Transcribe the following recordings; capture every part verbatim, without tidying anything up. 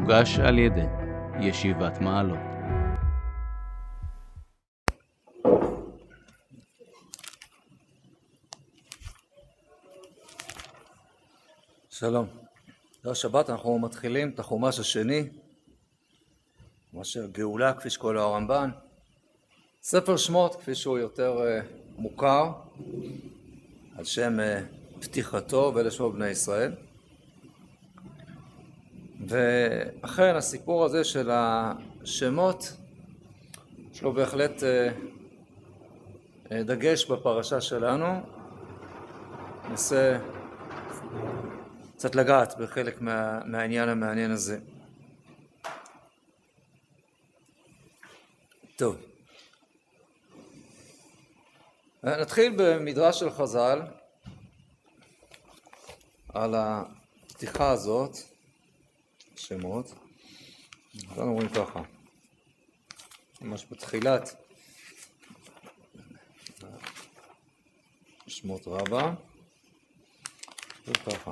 הוגש על ידי ישיבת מעלות. שלום. בשבת אנחנו מתחילים את החומש השני, חומש הגאולה כפי שקורא הרמב"ן. ספר שמות כפי שהוא יותר uh, מוכר על שם uh, פתיחתו ואלה שמו בני ישראל. ואכן הסיפור הזה של השמות יש לו בהחלט uh, דגש בפרשה שלנו. ננסה קצת לגעת בחלק מה, מהעניין המעניין הזה. טוב, נתחיל במדרש של חז"ל על הפתיחה הזאת, שמות. כאן אומרים ככה, ממש בתחילת שמות רבה, וככה.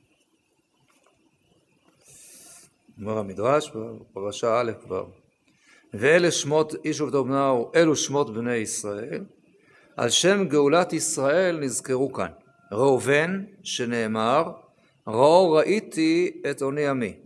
אומר המדרש בפרשה א' כבר, ואלה שמות איש ובדו בנו, אלו שמות בני ישראל, על שם גאולת ישראל נזכרו כאן. ראובן שנאמר, ראו ראיתי את עוני עמי.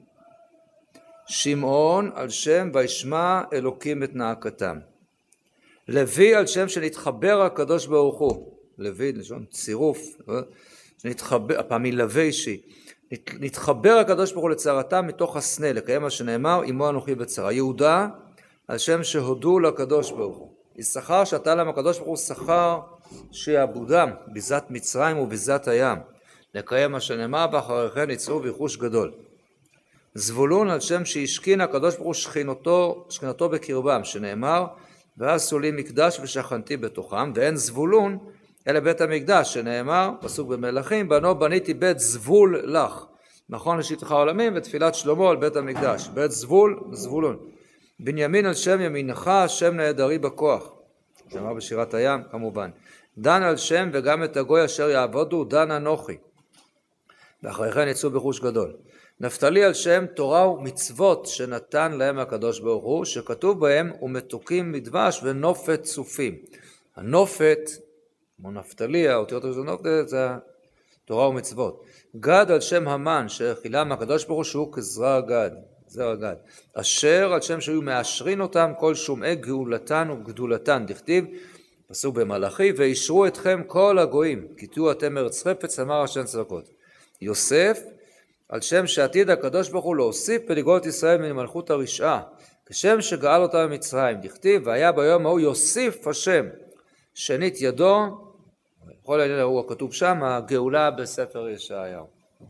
שמעון על שם וישמע אלוקים את נאקתם. לוי על שם שנתחבר הקדוש ברוך הוא. לוי לשון צירוף, שנתחבר, הפעם מלווה אישי. נתחבר הקדוש ברוך הוא לצרתם מתוך הסנה, לקיים מה שנאמר, עמו אנוכי בצרה. יהודה על שם שהודו לקדוש ברוך הוא. יששכר שתה להם הקדוש ברוך הוא שכר שיעבודם ביזת מצרים וביזת הים, לקיים מה שנאמר, ואחרי כן יצאו ויחוש גדול. זבולון על שם שהשכין הקדוש ברוך הוא שכינתו, שכינתו בקרבם, שנאמר, ועשו לי מקדש ושכנתי בתוכם. ואין זבולון אלא בית המקדש, שנאמר, פסוק במלכים, בנו בניתי בית זבול לך, נכון לשיטתך העולמים, ותפילת שלמה על בית המקדש. בית זבול, זבולון. בנימין על שם ימינך, שם נהדרי בכוח, שאמר בשירת הים כמובן. דן על שם וגם את הגוי אשר יעבודו, דן אנוכי, ואחרי כן יצאו בחוש גדול. נפתלי על שם תורה ומצוות שנתן להם הקדוש ברוך הוא, שכתוב בהם ומתוקים מדבש ונופת צופים. הנופת, כמו נפתלי, האותיות של נופת, זה תורה ומצוות. גד על שם המן שחילם הקדוש ברוך הוא, שהוא כזרע גד, זרע גד. אשר על שם שהיו מאשרים אותם כל שומעי גאולתן וגדולתן, דכתיב פסוק במלאכי, וישרו אתכם כל הגויים, כי תהיו אתם ארץ חפץ, אמר השם צבאות. יוסף על שם שעתיד הקדוש ברוך הוא להוסיף ולגאול את ישראל מן מלכות הרשעה, כשם שגאל אותם ממצרים, דכתיב והיה ביום ההוא יוסיף השם שנית ידו, כל העניין הוא הכתוב שם, הגאולה בספר ישעיהו.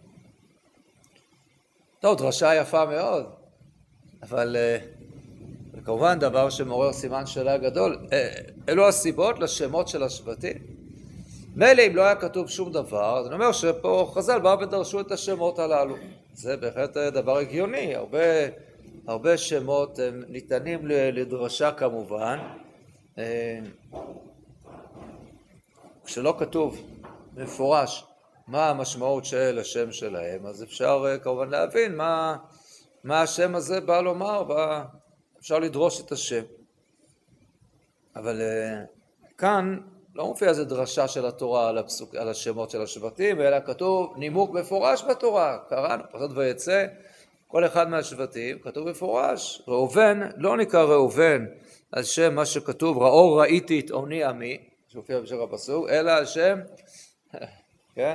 טוב, דרשה יפה מאוד, אבל uh, כמובן דבר שמעורר סימן שאלה גדול. Uh, אלו הסיבות לשמות של השבטים. מילא אם לא היה כתוב שום דבר, אז אני אומר שפה חז"ל באו ודרשו את השמות הללו. זה בהחלט דבר הגיוני, הרבה, הרבה שמות ניתנים לדרשה כמובן. Uh, כשלא כתוב מפורש מה המשמעות של השם שלהם, אז אפשר כמובן להבין מה, מה השם הזה בא לומר, ואפשר לדרוש את השם. אבל כאן לא מופיע איזו דרשה של התורה על, הפסוק, על השמות של השבטים, אלא כתוב נימוק מפורש בתורה. קראנו, פרשת ויצא, כל אחד מהשבטים כתוב מפורש. ראובן לא נקרא ראובן על שם מה שכתוב, ראו ראיתי את עוני עמי, שהופיע בשיר הפסוק, אלא על שם, כן?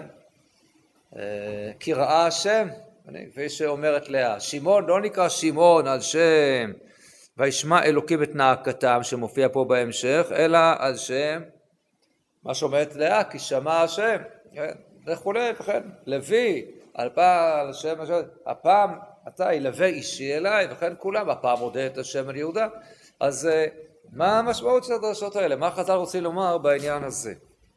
כי ראה השם, כפי שאומרת לאה. שמעון לא נקרא שמעון על שם וישמע אלוקים את נאקתם, שמופיע פה בהמשך, אלא על שם מה שאומרת לאה, כי שמע השם, וכולי, וכן. לוי, על פעם, על שם, הפעם אתה ילווה אישי אליי, וכן כולם, הפעם מודה את השם על יהודה. אז מה המשמעות של הדרשות האלה? מה חז"ל רוצים לומר בעניין הזה?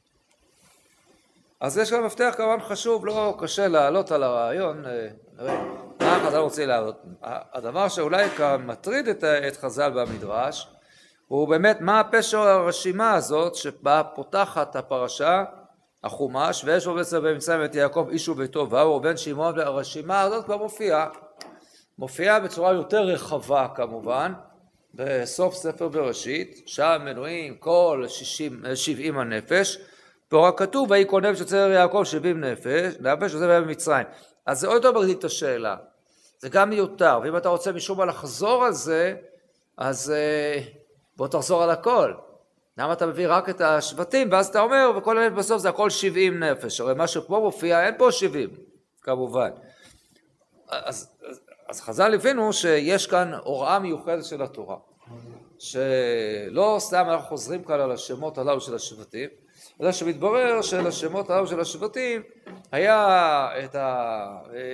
אז יש גם מפתח כמובן חשוב, לא קשה לעלות על הרעיון, מה חז"ל רוצים לעלות? הדבר שאולי כאן מטריד את, את חז"ל במדרש, הוא באמת מה הפשר הרשימה הזאת שבה פותחת הפרשה, החומש, ויש בו בעצם במצרים את יעקב איש וביתו, והוא בן שמעון, והרשימה הזאת כבר מופיעה. מופיעה בצורה יותר רחבה כמובן, בסוף ספר בראשית, שם מנויים כל שישים, שבעים הנפש, פה רק כתוב, ויקרא נפש יוצר יעקב שבעים נפש, נפש שזה היה במצרים. אז זה עוד יותר מגדיל את השאלה, זה גם מיותר, ואם אתה רוצה משום מה לחזור על זה, אז בוא תחזור על הכל. למה אתה מביא רק את השבטים, ואז אתה אומר, וכל הנפש בסוף זה הכל שבעים נפש, הרי מה שפה מופיע, אין פה שבעים, כמובן. אז, אז, אז חז"ל הבינו שיש כאן הוראה מיוחדת של התורה, שלא סתם אנחנו חוזרים כאן על השמות הללו של השבטים, אלא שמתברר שלשמות הללו של השבטים היה את ה...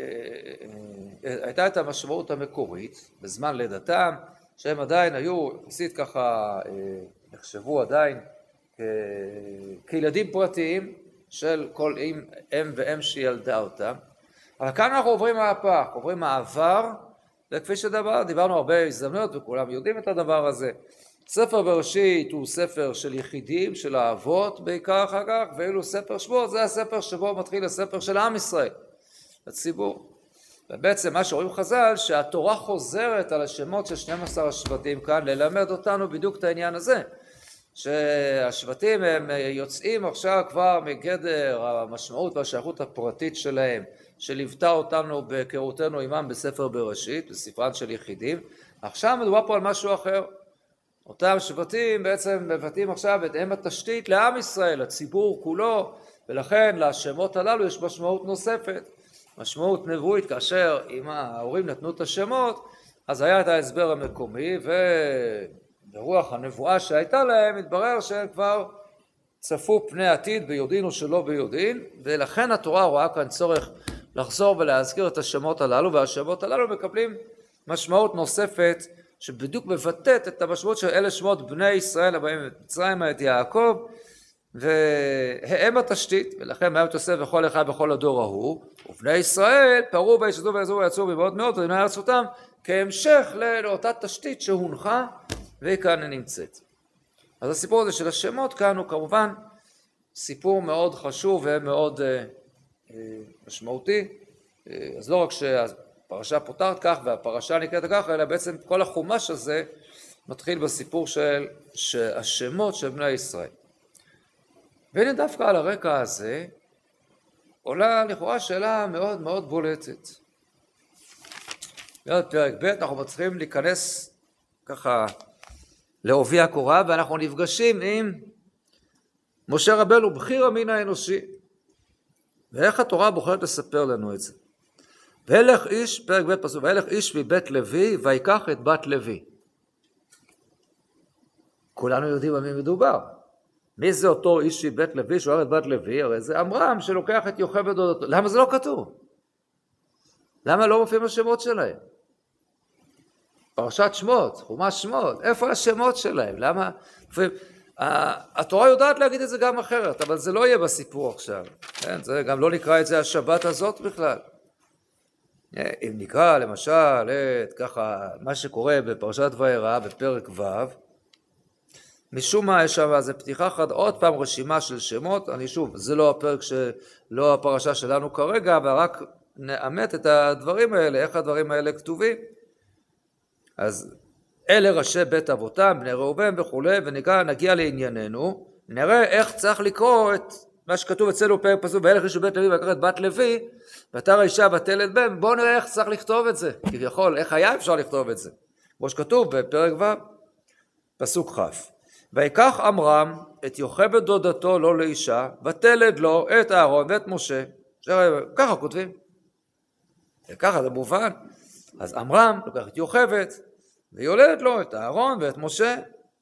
הייתה את המשמעות המקורית בזמן לידתם, שהם עדיין היו, יחסית ככה, נחשבו עדיין כ... כילדים פרטיים של כל אם, אם ואם שילדה אותם. אבל כאן אנחנו עוברים מהפך, עוברים מעבר, וכפי שדבר, דיברנו הרבה הזדמנויות וכולם יודעים את הדבר הזה. ספר בראשית הוא ספר של יחידים, של האבות בעיקר אחר כך, ואילו ספר שמות זה הספר שבו מתחיל הספר של עם ישראל, הציבור. ובעצם מה שרואים חז"ל, שהתורה חוזרת על השמות של שנים עשר השבטים כאן, ללמד אותנו בדיוק את העניין הזה, שהשבטים הם יוצאים עכשיו כבר מגדר המשמעות והשייכות הפרטית שלהם, שליוותה אותנו בהיכרותנו עמם בספר בראשית, בספרן של יחידים. עכשיו מדובר פה על משהו אחר. אותם שבטים בעצם מבטאים עכשיו את אם התשתית לעם ישראל, לציבור כולו, ולכן לשמות הללו יש משמעות נוספת, משמעות נבואית. כאשר אם ההורים נתנו את השמות, אז היה את ההסבר המקומי, וברוח הנבואה שהייתה להם התברר שהם כבר צפו פני עתיד ביודעין או שלא ביודעין, ולכן התורה רואה כאן צורך לחזור ולהזכיר את השמות הללו, והשמות הללו מקבלים משמעות נוספת שבדיוק מבטאת את המשמעות של אלה שמות בני ישראל הבאים ממצרים את יעקב, והם התשתית, ולכן מהם יוסף וכל אחד בכל הדור ההוא, ובני ישראל פרו וישדו ויעזרו ויצאו מבעוד מאוד ובני ארצותם, כהמשך לאותה תשתית שהונחה וכאן נמצאת. אז הסיפור הזה של השמות כאן הוא כמובן סיפור מאוד חשוב ומאוד אה, אה, משמעותי. אה, אז לא רק שהפרשה פותרת כך והפרשה נקראת כך, אלא בעצם כל החומש הזה מתחיל בסיפור של השמות של בני ישראל. והנה דווקא על הרקע הזה עולה לכאורה שאלה מאוד מאוד בולטת. בעוד פרק ב' אנחנו צריכים להיכנס ככה לעובי הקורה, ואנחנו נפגשים עם משה רבנו, בחיר המין האנושי. ואיך התורה בוחרת לספר לנו את זה? והלך איש, פרק ב' פסוק, והלך איש מבית לוי ויקח את בת לוי. כולנו יודעים על מי מדובר. מי זה אותו איש מבית לוי שהוא את בת לוי? הרי זה עמרם שלוקח את יוכבד דודתו. למה זה לא כתוב? למה לא מופיעים השמות שלהם? פרשת שמות, חומש שמות, איפה השמות שלהם? למה? התורה יודעת להגיד את זה גם אחרת, אבל זה לא יהיה בסיפור עכשיו. כן? זה גם לא נקרא את זה השבת הזאת בכלל. אם נקרא למשל את ככה מה שקורה בפרשת וירא בפרק ו', משום מה יש שם איזה פתיחה אחת, עוד פעם רשימה של שמות. אני שוב, זה לא הפרק שלא הפרשה שלנו כרגע, אבל רק נאמת את הדברים האלה, איך הדברים האלה כתובים. אז אלה ראשי בית אבותם, בני ראובן וכו', ונגיע לענייננו, נראה איך צריך לקרוא את מה שכתוב אצלנו פרק פסוק, והלך איש מבית לוי ויקח את בת לוי, ותרא האישה ותלד בן. בואו נראה איך צריך לכתוב את זה, כביכול, איך היה אפשר לכתוב את זה, כמו שכתוב בפרק ו' פסוק כ'. ויקח עמרם את יוכבד דודתו לו לאישה, ותלד לו את אהרון ואת משה. ככה כותבים, ככה זה מובן. אז עמרם לוקח את יוכבד ויולד לו את אהרון ואת משה.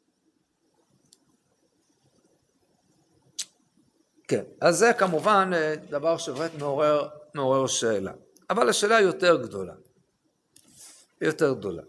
כן, אז זה כמובן דבר שבאמת מעורר, מעורר שאלה. אבל השאלה היא יותר גדולה. יותר גדולה.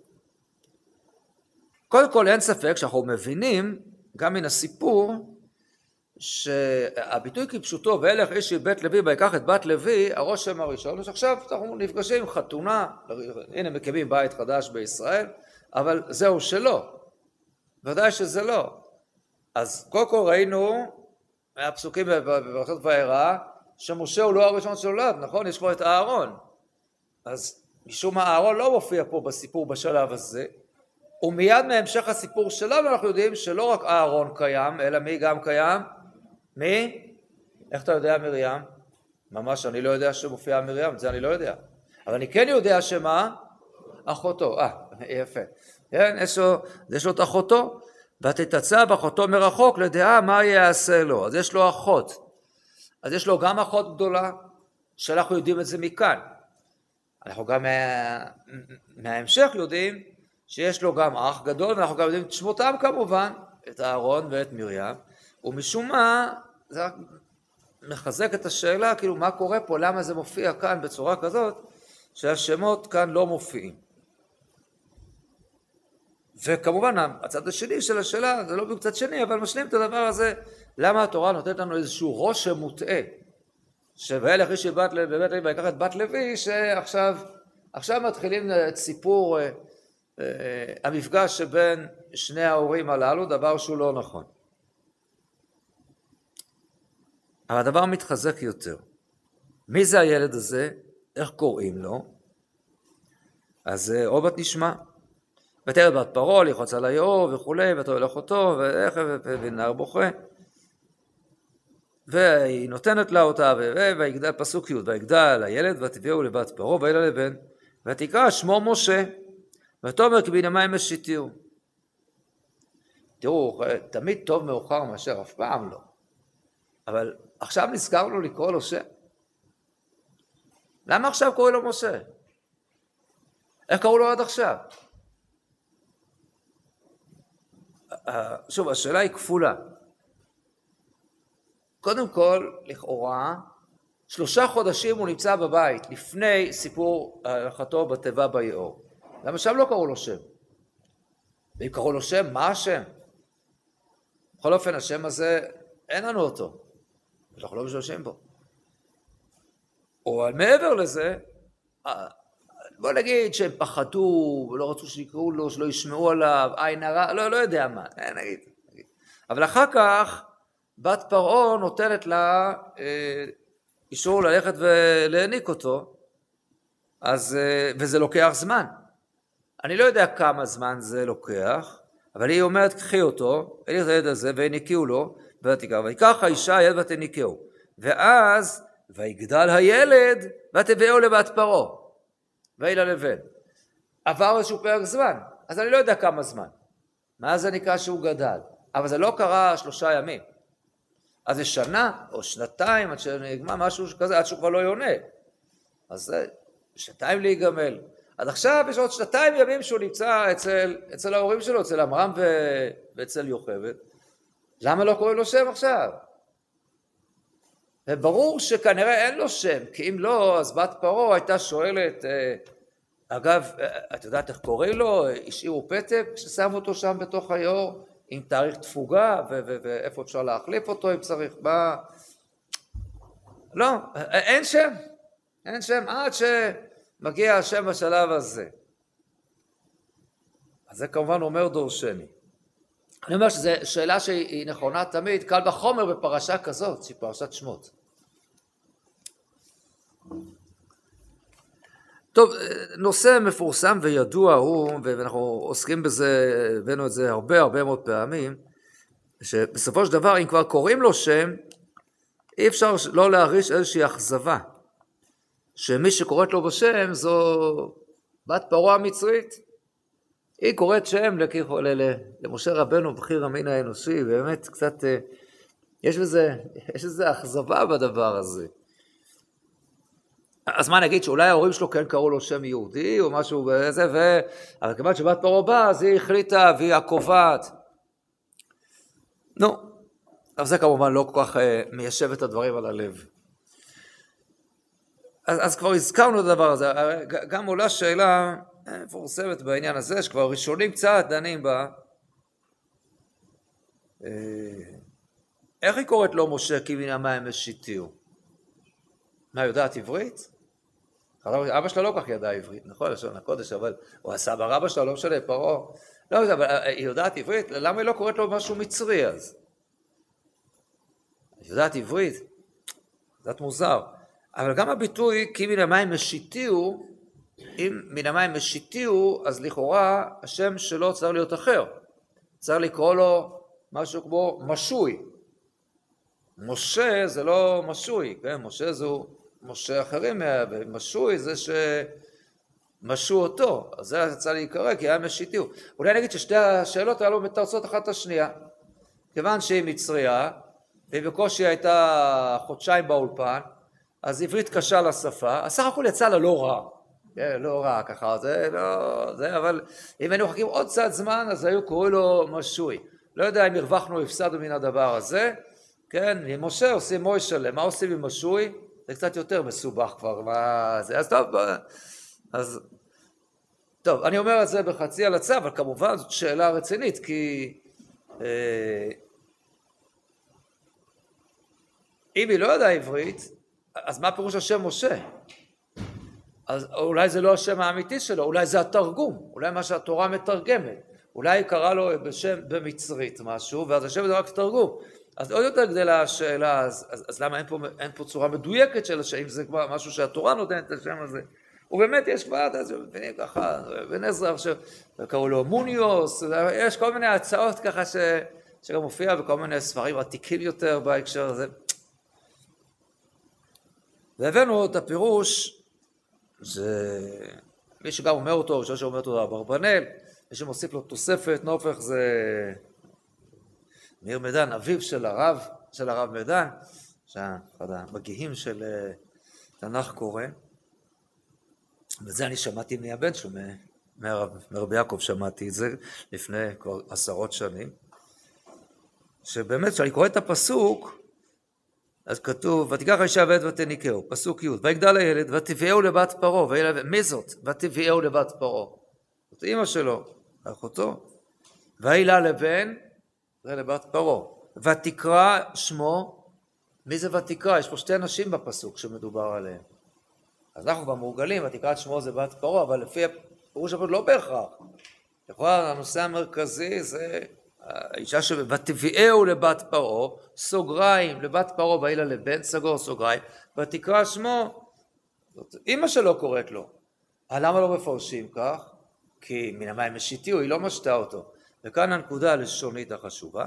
קודם כל אין ספק שאנחנו מבינים גם מן הסיפור שהביטוי כפשוטו והלך איש מבית לוי ויקח את בת לוי, הרושם הראשון שעכשיו אנחנו נפגשים עם חתונה, הנה מקימים בית חדש בישראל, אבל זהו שלא, ודאי שזה לא. אז קודם כל ראינו מהפסוקים בפרשת וירא שמשה הוא לא הראשון שנולד, נכון? יש כבר את אהרון. אז משום מה אהרון לא מופיע פה בסיפור בשלב הזה, ומיד מהמשך הסיפור שלנו אנחנו יודעים שלא רק אהרון קיים, אלא מי גם קיים? מי? איך אתה יודע מרים? ממש אני לא יודע שמופיעה מרים, זה אני לא יודע. אבל אני כן יודע שמה? אחותו. אה, יפה. כן, יש לו, יש לו את אחותו, ותתצב אחותו מרחוק לדעה מה יעשה לו. אז יש לו אחות. אז יש לו גם אחות גדולה, שאנחנו יודעים את זה מכאן. אנחנו גם מה... מההמשך יודעים שיש לו גם אח גדול, ואנחנו גם יודעים את שמותם כמובן, את אהרון ואת מרים, ומשום מה זה רק מחזק את השאלה, כאילו מה קורה פה, למה זה מופיע כאן בצורה כזאת, שהשמות כאן לא מופיעים. וכמובן הצד השני של השאלה, זה לא בקצת שני, אבל משלים את הדבר הזה, למה התורה נותנת לנו איזשהו רושם מוטעה, שוילך איש בת לוי, בבית לוי ויקח את בת לוי, שעכשיו עכשיו מתחילים את סיפור אה, אה, המפגש שבין שני ההורים הללו, דבר שהוא לא נכון. אבל הדבר מתחזק יותר. מי זה הילד הזה? איך קוראים לו? אז אה, עוד בת נשמע. ותרד בת פרעה, לחוץ על היאור וכולי, ותולך אותו, ואיך ונער בוכה. והיא נותנת לה אותה, ויגדל פסוק י' ויגדל הילד ותביאו לבת פרעה ואלה לבן, ותקרא שמו משה, ותאמר כי בנימין משיתיהו. תראו, תמיד טוב מאוחר מאשר אף פעם לא. אבל עכשיו נזכרנו לקרוא לו שם. למה עכשיו קוראים לו משה? איך קראו לו עד עכשיו? שוב, השאלה היא כפולה. קודם כל, לכאורה, שלושה חודשים הוא נמצא בבית, לפני סיפור הלכתו בתיבה ביאור. למה שם לא קראו לו שם? ואם קראו לו שם, מה השם? בכל אופן, השם הזה, אין לנו אותו. אנחנו לא משתמשים בו. או מעבר לזה, בוא נגיד שהם פחדו, ולא רצו שיקראו לו, שלא ישמעו עליו, עין הרע, לא, לא יודע מה, נגיד, נגיד. אבל אחר כך, בת פרעה נותנת לה אה, אישור ללכת ולהעניק אותו, אז, אה, וזה לוקח זמן. אני לא יודע כמה זמן זה לוקח, אבל היא אומרת, קחי אותו, אין לי את הילד הזה, והעניקיהו לו, ותיקח, ויקח האישה הילד ותעניקהו. ואז, ויגדל הילד, ותביאו לבת פרעה, ויהי לה לבן. עבר איזשהו פרק זמן, אז אני לא יודע כמה זמן. מה זה נקרא שהוא גדל? אבל זה לא קרה שלושה ימים. אז זה שנה או שנתיים עד שנגמר משהו כזה, עד שהוא כבר לא יונה. אז זה שנתיים להיגמל. אז עכשיו יש עוד שנתיים ימים שהוא נמצא אצל, אצל ההורים שלו, אצל אמרם ו... ואצל יוכבד. למה לא קוראים לו שם עכשיו? וברור שכנראה אין לו שם, כי אם לא, אז בת פרעה הייתה שואלת, אגב, את יודעת איך קוראים לו? השאירו פתק ששמו אותו שם בתוך היאור, עם תאריך תפוגה, ו- ו- ואיפה אפשר להחליף אותו אם צריך, מה? לא, אין שם, אין שם, עד שמגיע השם בשלב הזה. אז זה כמובן אומר דורשני. אני אומר שזו שאלה שהיא נכונה תמיד, קל וחומר בפרשה כזאת, שהיא פרשת שמות. טוב, נושא מפורסם וידוע הוא, ואנחנו עוסקים בזה, הבאנו את זה הרבה הרבה מאוד פעמים, שבסופו של דבר אם כבר קוראים לו שם, אי אפשר לא להרגיש איזושהי אכזבה, שמי שקוראת לו בשם זו בת פרעה המצרית, היא קוראת שם למשה רבנו בחיר המין האנושי, באמת קצת, יש בזה, יש איזו אכזבה בדבר הזה. אז מה נגיד שאולי ההורים שלו כן קראו לו שם יהודי או משהו וזה, ו... אבל כמובן שבת פרעה באה, אז היא החליטה והיא הקובעת. נו, אבל זה כמובן לא כל כך מיישב את הדברים על הלב. אז, אז כבר הזכרנו את הדבר הזה, גם עולה שאלה מפורסמת בעניין הזה, שכבר ראשונים קצת דנים בה. איך היא קוראת לו משה כי מן המים משיתיהו? מה, יודעת עברית? אבא שלה לא כך ידע עברית, נכון, לשון הקודש, אבל הוא הסבא רבא שלה, לא משנה, פרעה. לא, אבל היא יודעת עברית, למה היא לא קוראת לו משהו מצרי אז? היא יודעת עברית, יודעת מוזר. אבל גם הביטוי, כי מן המים משיתיהו, אם מן המים משיתיהו, אז לכאורה השם שלו צריך להיות אחר. צריך לקרוא לו משהו כמו משוי. משה זה לא משוי, כן? משה זו משה אחרים, ומשוי זה שמשו אותו. אז זה צריך להיקרא, כי היה משיתיהו. אולי נגיד ששתי השאלות האלו מתרצות אחת השנייה. כיוון שהיא מצריה, והיא בקושי הייתה חודשיים באולפן, אז עברית קשה לשפה, אז סך הכל יצא לה לא רע. לא רע ככה, זה לא, זה, אבל אם היינו מחכים עוד קצת זמן, אז היו קוראים לו משוי. לא יודע אם הרווחנו או הפסדנו מן הדבר הזה, כן, עם משה עושים מוישלה, מה עושים עם משוי? זה קצת יותר מסובך כבר, מה זה, אז טוב, אז, טוב, אני אומר את זה בחצי על הצו, אבל כמובן זאת שאלה רצינית, כי אה, אם היא לא יודעה עברית, אז מה פירוש השם משה? אז אולי זה לא השם האמיתי שלו, אולי זה התרגום, אולי מה שהתורה מתרגמת, אולי היא קרא לו בשם במצרית משהו, ואז השם זה רק תרגום. אז עוד יותר גדלה השאלה, אז, אז, אז למה אין פה, אין פה צורה מדויקת של השם, אם זה כבר משהו שהתורה נותנת את השם הזה. ובאמת יש כבר, אז מבינים ככה, בן עזרא, שקראו לו מוניוס, יש כל מיני הצעות ככה ש, שגם מופיע בכל מיני ספרים עתיקים יותר בהקשר הזה. והבאנו את הפירוש, זה מי שגם אומר אותו, או שאומר אותו אברבנאל, מי שמוסיף לו תוספת נופך זה מאיר מדן, אביו של הרב, של הרב מדן, שאחד המגיעים של תנ"ך קורא, וזה אני שמעתי מהבן שלו, מרבי יעקב שמעתי את זה לפני כבר עשרות שנים, שבאמת כשאני קורא את הפסוק, אז כתוב, ותיקח האישה ואת ותניקהו, פסוק י', ויגדל הילד, ותביאהו לבת פרעה, מי זאת? ותביאהו לבת פרעה. זאת אמא שלו, אחותו. והילה לבן, זה לבת פרעה. ותקרא שמו, מי זה ותקרא? יש פה שתי נשים בפסוק שמדובר עליהם. אז אנחנו כבר מורגלים, ותקרא את שמו זה בת פרעה, אבל לפי הפירוש הפשוט לא בהכרח. לכאורה הנושא המרכזי זה האישה ש... ותביאהו לבת פרעה, סוגריים, לבת פרעה והילה לבן, סגור סוגריים, ותקרא שמו, זאת אמא שלו קוראת לו. למה לא מפרשים כך? כי מן המים משיתיהו, היא לא משתה אותו. וכאן הנקודה הלשונית החשובה,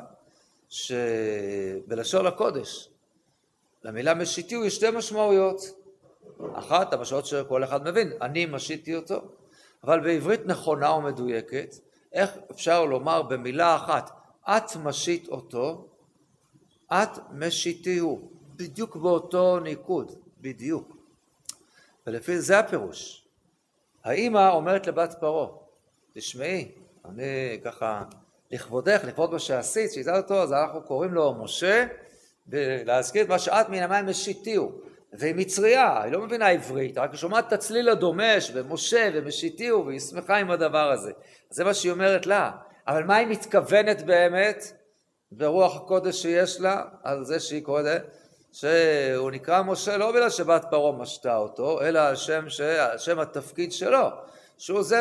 שבלשון הקודש, למילה משיתיהו יש שתי משמעויות. אחת, המשמעות שכל אחד מבין, אני משיתי אותו, אבל בעברית נכונה ומדויקת, איך אפשר לומר במילה אחת, את משית אותו, את משיתיהו, בדיוק באותו ניקוד, בדיוק. ולפי זה הפירוש. האמא אומרת לבת פרעה, תשמעי, אני ככה, לכבודך, לכבוד מה שעשית, שהייתה אותו, אז אנחנו קוראים לו משה, להזכיר את מה שאת מן המים משיתיהו. והיא מצריה, היא לא מבינה עברית, רק היא שומעת את הצליל הדומש, ומשה ומשיתיהו, והיא שמחה עם הדבר הזה. אז זה מה שהיא אומרת לה. אבל מה היא מתכוונת באמת, ברוח הקודש שיש לה, על זה שהיא קוראת, שהוא נקרא משה לא בגלל שבת פרעה משתה אותו, אלא על שם, ש... על שם התפקיד שלו, שהוא זה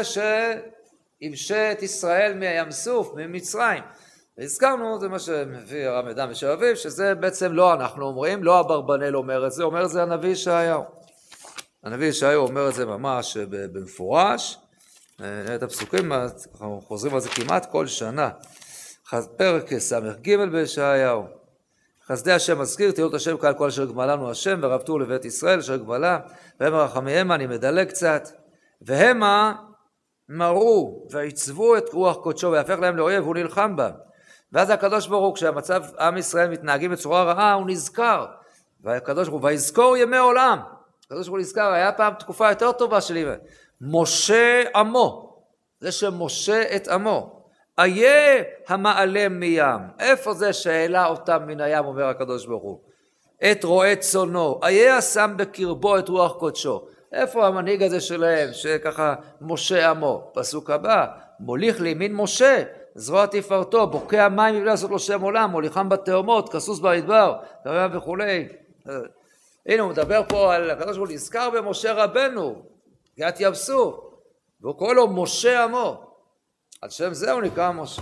שימשה את ישראל מים סוף, ממצרים. והזכרנו, זה מה שמביא הרב מדן ושל אביו, שזה בעצם לא אנחנו אומרים, לא אברבנאל אומר את זה, אומר את זה הנביא ישעיהו. הנביא ישעיהו אומר את זה ממש במפורש, את הפסוקים, אנחנו חוזרים על זה כמעט כל שנה. פרק סמך ג' בישעיהו. חסדי השם מזכיר, תהילות השם קהל כל אשר גמלנו השם, ורבתו לבית ישראל אשר גמלה, והם רחמיהם, אני מדלג קצת, והמה מרו ועיצבו את רוח קודשו, ויהפך להם לאויב, הוא נלחם בם. ואז הקדוש ברוך הוא, כשהמצב עם ישראל מתנהגים בצורה רעה, הוא נזכר. והקדוש ברוך הוא, ויזכור ימי עולם. הקדוש ברוך הוא נזכר, היה פעם תקופה יותר טובה שלי. משה עמו, זה שמשה את עמו. איה המעלה מים. איפה זה שהעלה אותם מן הים, אומר הקדוש ברוך הוא. את רועה צונו. איה שם בקרבו את רוח קודשו. איפה המנהיג הזה שלהם, שככה משה עמו. פסוק הבא, מוליך לימין משה. זרוע תפארתו, בוקע מים מבלי לעשות לו שם עולם, מוליכם בתאומות, כסוס במדבר, וכולי. הנה הוא מדבר פה על הקדוש ברוך הוא נזכר במשה רבנו, גאת ים סוף, והוא קורא לו משה עמו. על שם זה הוא נקרא משה.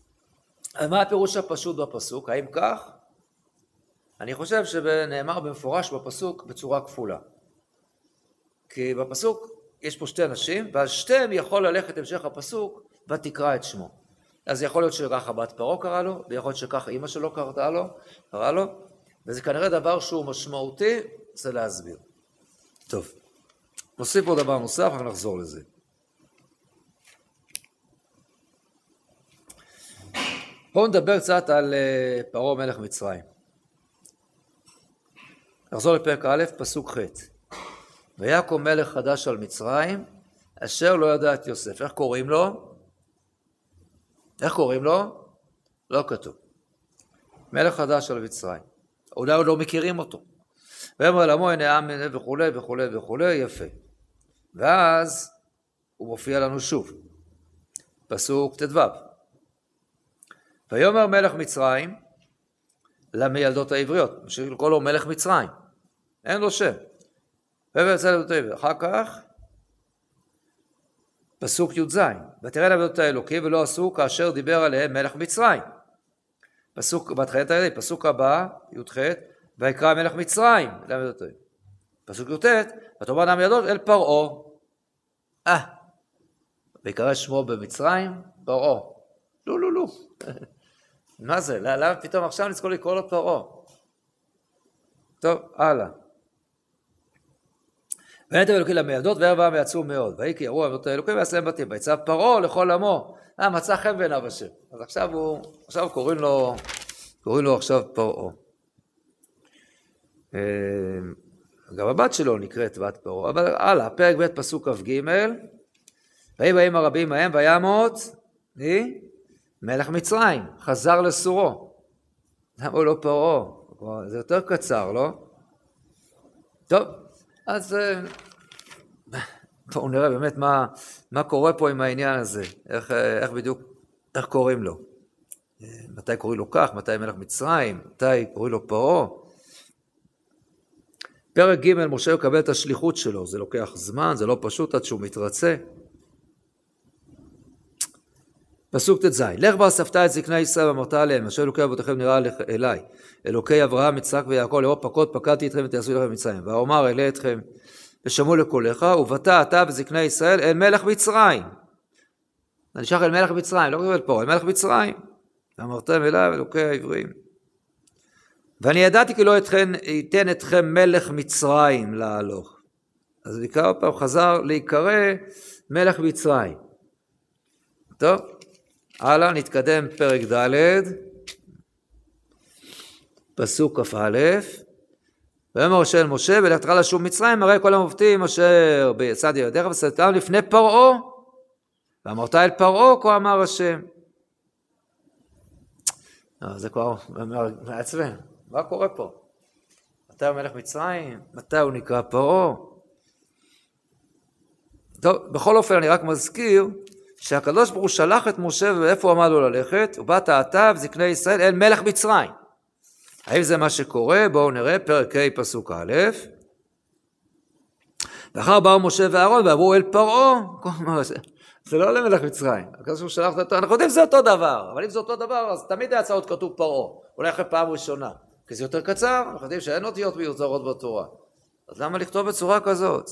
מה הפירוש הפשוט בפסוק? האם כך? אני חושב שנאמר במפורש בפסוק בצורה כפולה. כי בפסוק יש פה שתי אנשים, ועל שתיהם יכול ללכת המשך הפסוק, ותקרא את שמו. אז יכול להיות שככה בת פרעה קרא לו, ויכול להיות שככה אמא שלו קראה לו, קרא לו, וזה כנראה דבר שהוא משמעותי, זה להסביר. טוב, נוסיף פה דבר נוסף, אבל נחזור לזה. בואו נדבר קצת על פרעה מלך מצרים. נחזור לפרק א', פסוק ח'. ויקום מלך חדש על מצרים, אשר לא ידע את יוסף. איך קוראים לו? איך קוראים לו? לא כתוב. מלך חדש על מצרים. אולי עוד לא מכירים אותו. ואמר למו הנה עם וכו' וכו' וכו', יפה. ואז הוא מופיע לנו שוב. פסוק ט"ו. ויאמר מלך מצרים למילדות העבריות, שקוראים לו מלך מצרים. אין לו שם. ויצא לבדות העבריות. אחר כך פסוק י"ז. ותראה לבדות האלוקים ולא עשו כאשר דיבר עליהם מלך מצרים. פסוק בתחילת הידי, פסוק הבא, י"ח, ויקרא מלך מצרים למילדות העבריות. פסוק י"ט, ותאמר נא מילדות אל פרעה. אה, ויקרא שמו במצרים פרעה. לא, לא, לא. מה זה? למה פתאום עכשיו נזכור לקרוא לו פרעה? טוב, הלאה. ונתן אלוקים למילדות, וערב העם יצאו מאוד. ויהי כי יראו המילדות האלוקים ויעשה להם בתים. ויצא פרעה לכל עמו. אה, מצא חן בעיניו השם. אז עכשיו הוא, עכשיו קוראים לו, קוראים לו עכשיו פרעה. גם הבת שלו נקראת בת פרעה. אבל הלאה, פרק ב' פסוק כ"ג. ויהי באים הרבים מהם וימות, מי? מלך מצרים, חזר לסורו. למה הוא לא פרעה? זה יותר קצר, לא? טוב, אז בואו נראה באמת מה, מה קורה פה עם העניין הזה, איך, איך בדיוק, איך קוראים לו. מתי קוראים לו כך, מתי מלך מצרים, מתי קוראים לו פרעה. פרק ג' משה יקבל את השליחות שלו, זה לוקח זמן, זה לא פשוט עד שהוא מתרצה. פסוק ט"ז. לך ואספת את זקני ישראל ואמרת עליהם, אשר אלוקי אבותיכם נראה אליי, אלוקי אברהם, יצחק ויעקב, לאמור פקוד פקדתי אתכם ותעשו לכם מצרים. ואומר אלה אתכם ושמעו לקולך, ובאת אתה וזקני ישראל אל מלך מצרים. אני נשלח אל מלך מצרים, לא כתוב אל פרעה, אל מלך מצרים. ואמרתם אליו אלוקי העברים. ואני ידעתי כי לא אתכם, ייתן אתכם מלך מצרים להלוך. אז נקרא פעם חזר להיקרא מלך מצרים. טוב. הלאה, נתקדם פרק ד' פסוק כ"א. ויאמר משה אל משה ולכתך לשוב מצרים, הרי כל המופתים אשר בצד ידיך ושאתם לפני פרעה, ואמרת אל פרעה כה אמר השם. זה כבר מעצבן, מה קורה פה? מתי הוא מלך מצרים? מתי הוא נקרא פרעה? טוב, בכל אופן אני רק מזכיר שהקדוש ברוך הוא שלח את משה ואיפה הוא עמד לו ללכת, ובאת אתה וזקני ישראל אל מלך מצרים. האם זה מה שקורה? בואו נראה פרק ה' פסוק א'. ואחר באו משה ואהרון ועברו אל פרעה. זה לא למלך מצרים, הקדוש ברוך הוא שלח אותו, אנחנו יודעים שזה אותו דבר, אבל אם זה אותו דבר אז תמיד היה הצעות כתוב פרעה, אולי אחרי פעם ראשונה, כי זה יותר קצר, אנחנו יודעים שאין אותיות מיותרות בתורה, אז למה לכתוב בצורה כזאת?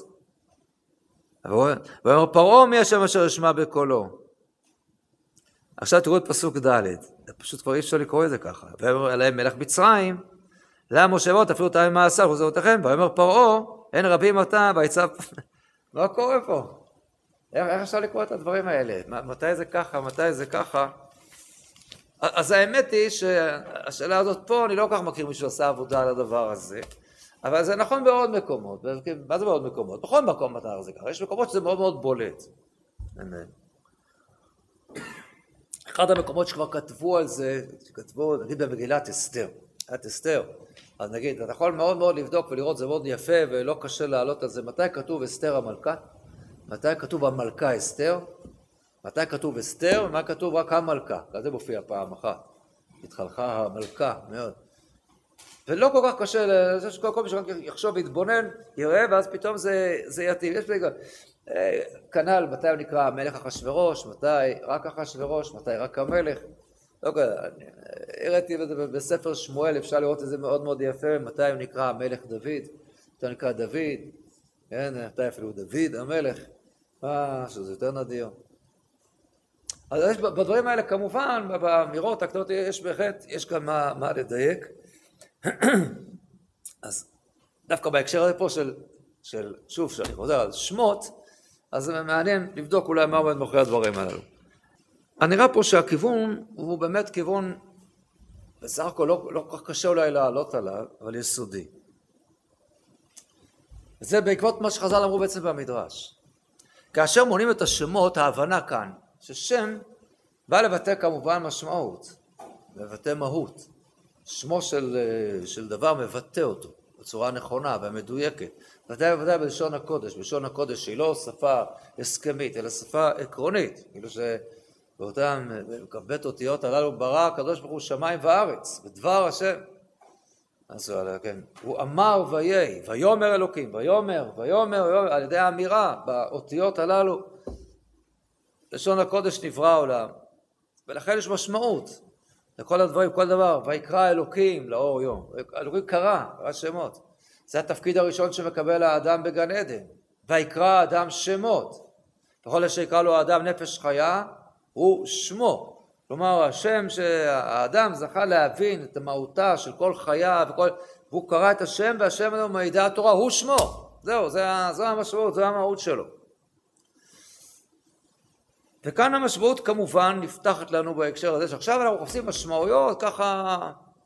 ואומר פרעה מי השם אשר ישמע בקולו. עכשיו תראו את פסוק ד', פשוט כבר אי אפשר לקרוא את זה ככה. ואומר אליהם מלך מצרים, למה משה בוא תפילו אותם ממאסר חוזרותיכם, ואומר פרעה אין רבים אתה ויצא. מה קורה פה? איך, איך אפשר לקרוא את הדברים האלה? מתי זה ככה, מתי זה ככה? אז האמת היא שהשאלה הזאת פה, אני לא כך מכיר מישהו עשה עבודה על הדבר הזה, אבל זה נכון בעוד מקומות. מה זה בעוד מקומות? בכל מקום מתאר זה ככה. יש מקומות שזה מאוד מאוד בולט. אחד המקומות שכבר כתבו על זה, כתבו נגיד במגילת אסתר. את אסתר. אז נגיד, אתה יכול מאוד מאוד לבדוק ולראות, זה מאוד יפה ולא קשה לעלות על זה. מתי כתוב אסתר המלכה? מתי כתוב המלכה אסתר? מתי כתוב אסתר? ומה כתוב רק המלכה? כזה מופיע פעם אחת. התחלכה המלכה מאוד. ולא כל כך קשה, זה שכל כל מי שיחשוב ויתבונן, יראה, ואז פתאום זה, זה יתאים. יש בגלל, כנ"ל, מתי הוא נקרא המלך אחשוורוש, מתי רק אחשוורוש, מתי רק המלך. לא כזה, הראיתי בספר שמואל, אפשר לראות את זה מאוד מאוד יפה, מתי הוא נקרא המלך דוד, מתי הוא נקרא דוד, כן, מתי אפילו דוד המלך. אה, שזה יותר נדיר. אז יש, בדברים האלה כמובן, באמירות הקטנות יש בהחלט, יש גם מה, מה לדייק. אז דווקא בהקשר הזה פה של, של, שוב, שאני חוזר על שמות, אז זה מעניין לבדוק אולי מה עומד מאחורי הדברים הללו. אני רואה פה שהכיוון הוא באמת כיוון, בסך הכל לא, לא כל כך קשה אולי לעלות עליו, אבל יסודי. זה בעקבות מה שחז"ל אמרו בעצם במדרש. כאשר מונים את השמות, ההבנה כאן, ששם בא לבטא כמובן משמעות, מבטא מהות. שמו של, של דבר מבטא אותו בצורה נכונה ומדויקת. ודאי וודאי בלשון הקודש, בלשון הקודש שהיא לא שפה הסכמית, אלא שפה עקרונית. כאילו שבאותם כ"ב אותיות הללו ברא הקדוש ברוך הוא שמיים וארץ, בדבר השם. אז כן, הוא אמר ויהי, ויאמר אלוקים, ויאמר, ויאמר, ויאמר, על ידי האמירה באותיות הללו, לשון הקודש נברא העולם, ולכן יש משמעות לכל הדברים, כל דבר, ויקרא אלוקים לאור יום, אלוקים קרא, קרא שמות, זה התפקיד הראשון שמקבל האדם בגן עדן, ויקרא האדם שמות, בכל אשר יקרא לו האדם נפש חיה, הוא שמו, כלומר, השם שהאדם זכה להבין את המהותה של כל חיה, וכל, והוא קרא את השם, והשם הזה מעידה התורה, הוא שמו. זהו, זה, זו המשמעות, זו המהות שלו. וכאן המשמעות כמובן נפתחת לנו בהקשר הזה, שעכשיו אנחנו מחפשים משמעויות ככה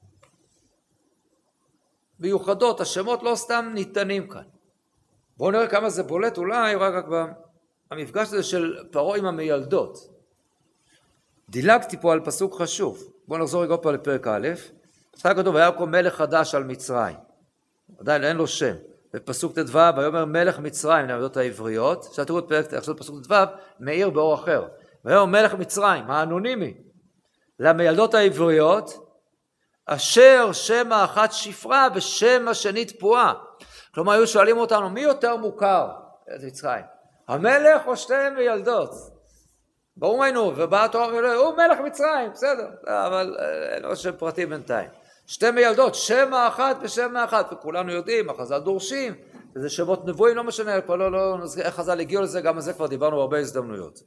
מיוחדות, השמות לא סתם ניתנים כאן. בואו נראה כמה זה בולט אולי רק במפגש הזה של פרעה עם המילדות. דילגתי פה על פסוק חשוב. בואו נחזור רגע פה לפרק א'. פסוק כתוב, ויקום מלך חדש על מצרים. עדיין אין לו שם. בפסוק ט"ו, ויאמר מלך מצרים לעבודות העבריות. עכשיו תראו את פרק, עכשיו פסוק ט"ו, מאיר באור אחר. ויאמר מלך מצרים, האנונימי, למילדות העבריות, אשר שם האחת שפרה ושם השני תפועה. כלומר, היו שואלים אותנו, מי יותר מוכר את מצרים? המלך או שתי מילדות? ברור היינו, ובאה התורה, הוא מלך מצרים, בסדר, אבל אין לו שם פרטי בינתיים. שתי מילדות, שם האחת ושם האחת, וכולנו יודעים, החז"ל דורשים, זה שמות נבואים, לא משנה, כבר לא, לא, איך חז"ל הגיעו לזה, גם על זה כבר דיברנו בהרבה הזדמנויות.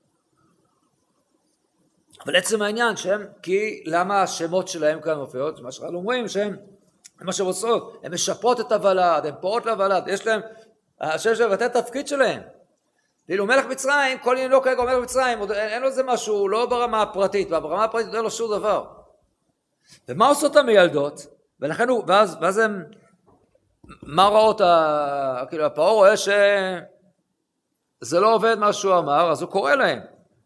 אבל עצם העניין שהם, כי למה השמות שלהם כאן מופיעות? מה שחז"ל אומרים שהם, מה שהם עושות, הן משפרות את הוולד, הן פורות לוולד, יש להם, השם שלהם מבטא את התפקיד שלהם. ואילו מלך מצרים, כל עניין לא כרגע מלך מצרים, אין, אין לו זה משהו, לא ברמה הפרטית, ברמה הפרטית אין לו שום דבר. ומה עושות המילדות? ולכן הוא, ואז, ואז הם, מה ראות, ה, כאילו הפרעה רואה שזה לא עובד מה שהוא אמר, אז הוא קורא להם.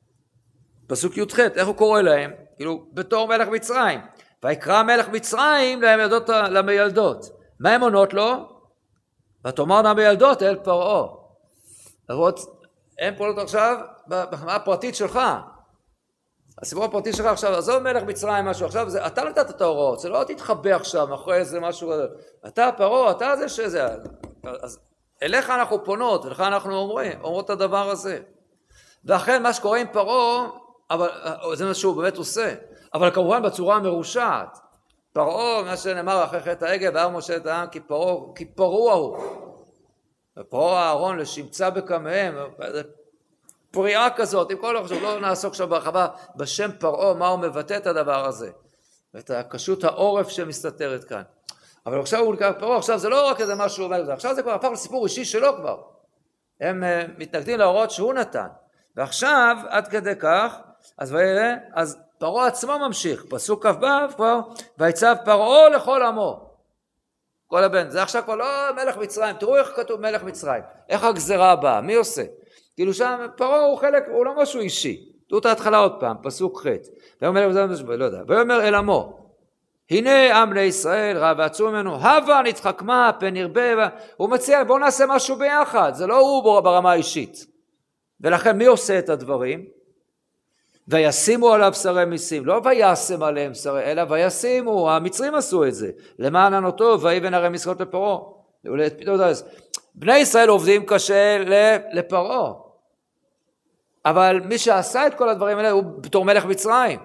פסוק י"ח, איך הוא קורא להם? כאילו, בתור מלך מצרים. ויקרא מלך מצרים למילדות, למילדות. מה הם עונות לו? ותאמרנה המילדות אל פרעה. לראות, הם פועלות עכשיו בחמה הפרטית שלך. הסיפור הפרטי שלך עכשיו, עזוב מלך מצרים משהו, עכשיו זה, אתה נתת את ההוראות, זה לא תתחבא עכשיו מאחורי איזה משהו כזה. אתה פרעה, אתה זה שזה. אז אליך אנחנו פונות, אליך אנחנו אומרים, אומרות את הדבר הזה. ואכן מה שקורה עם פרעה, אבל זה מה שהוא באמת עושה. אבל כמובן בצורה המרושעת. פרעה, מה שנאמר אחרי חטא העגל, ואמר משה את העם, כי פרעה, כי פרוע הוא. ופרעה הארון לשמצה בקמיהם, פריעה כזאת, עם כל החשוב, לא נעסוק עכשיו בהרחבה בשם פרעה, מה הוא מבטא את הדבר הזה, ואת הקשות העורף שמסתתרת כאן. אבל עכשיו הוא נקרא פרעה, עכשיו זה לא רק איזה משהו אומר לזה, עכשיו זה כבר הפך לסיפור אישי שלו כבר. הם uh, מתנגדים להוראות שהוא נתן. ועכשיו, עד כדי כך, אז, ויראה, אז פרעה עצמו ממשיך, פסוק כ"ו כבר, ויצב פרעה לכל עמו. כל הבן, זה עכשיו כבר לא מלך מצרים, תראו איך כתוב מלך מצרים, איך הגזרה הבאה, מי עושה? כאילו שם פרעה הוא חלק, הוא לא משהו אישי, תראו את ההתחלה עוד פעם, פסוק ח' ויאמר, לא יודע, ויאמר אל עמו, הנה עם לישראל רע ועצום ממנו, הבה נתחכמה פן נרבה, הוא מציע בואו נעשה משהו ביחד, זה לא הוא ברמה האישית, ולכן מי עושה את הדברים? וישימו עליו שרי מיסים, לא וישם עליהם שרי, אלא וישימו, המצרים עשו את זה, למען ענותו, ויבן הרי מסכות לפרעה, בני ישראל עובדים קשה לפרעה, אבל מי שעשה את כל הדברים האלה הוא בתור מלך מצרים,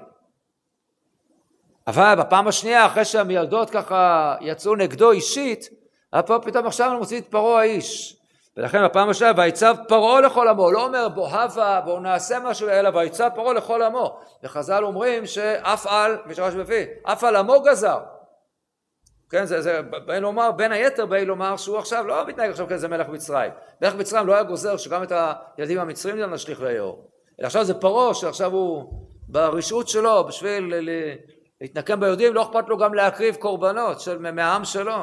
אבל בפעם השנייה אחרי שהמילדות ככה יצאו נגדו אישית, פה פתאום עכשיו הוא מוציא את פרעה האיש, ולכן בפעם השנייה, ויצב פרעה לכל עמו, לא אומר בוא הווה, בוא נעשה משהו, אלא ויצב פרעה לכל עמו. וחז"ל אומרים שאף על, מי שרש בפי, אף על עמו גזר. כן, זה, זה, בין לומר, בין היתר, בין לומר שהוא עכשיו לא מתנהג עכשיו כאיזה מלך מצרים. מלך מצרים לא היה גוזר שגם את הילדים המצרים לא נשליך ליאור. אלא עכשיו זה פרעה, שעכשיו הוא ברשעות שלו, בשביל להתנקם ביהודים, לא אכפת לו גם להקריב קורבנות של, מהעם שלו.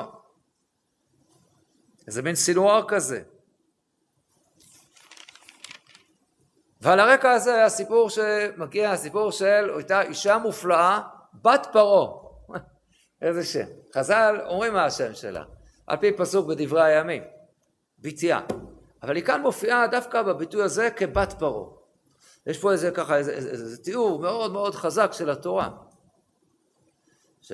איזה מין סינואר כזה. ועל הרקע הזה היה סיפור שמגיע, הסיפור של אותה אישה מופלאה, בת פרעה. איזה שם. חז"ל אומרים מה השם שלה, על פי פסוק בדברי הימים, בתיה. אבל היא כאן מופיעה דווקא בביטוי הזה כבת פרעה. יש פה איזה ככה, איזה, איזה, איזה תיאור מאוד מאוד חזק של התורה. ש...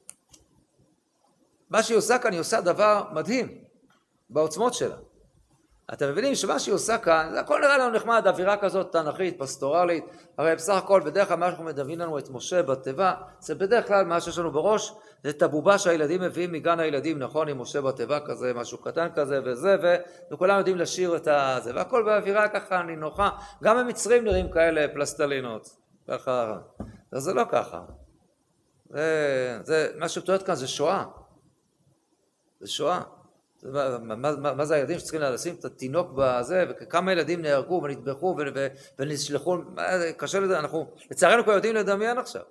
מה שהיא עושה כאן, היא עושה דבר מדהים בעוצמות שלה. אתם מבינים שמה שהיא עושה כאן, זה הכל נראה לנו נחמד, אווירה כזאת תנכית, פסטורלית, הרי בסך הכל בדרך כלל מה שאנחנו מדברים לנו את משה בתיבה, זה בדרך כלל מה שיש לנו בראש, זה את הבובה שהילדים מביאים מגן הילדים, נכון, עם משה בתיבה כזה, משהו קטן כזה וזה, ו... וכולם יודעים לשיר את זה, והכל באווירה ככה נינוחה, גם המצרים נראים כאלה פלסטלינות, ככה, זה לא ככה. זה, זה, מה שתוארת כאן זה שואה, זה שואה. מה, מה, מה, מה זה הילדים שצריכים לשים את התינוק בזה, וכמה ילדים נהרגו ונטבחו ונשלחו, קשה לזה, אנחנו לצערנו כבר יודעים לדמיין עכשיו.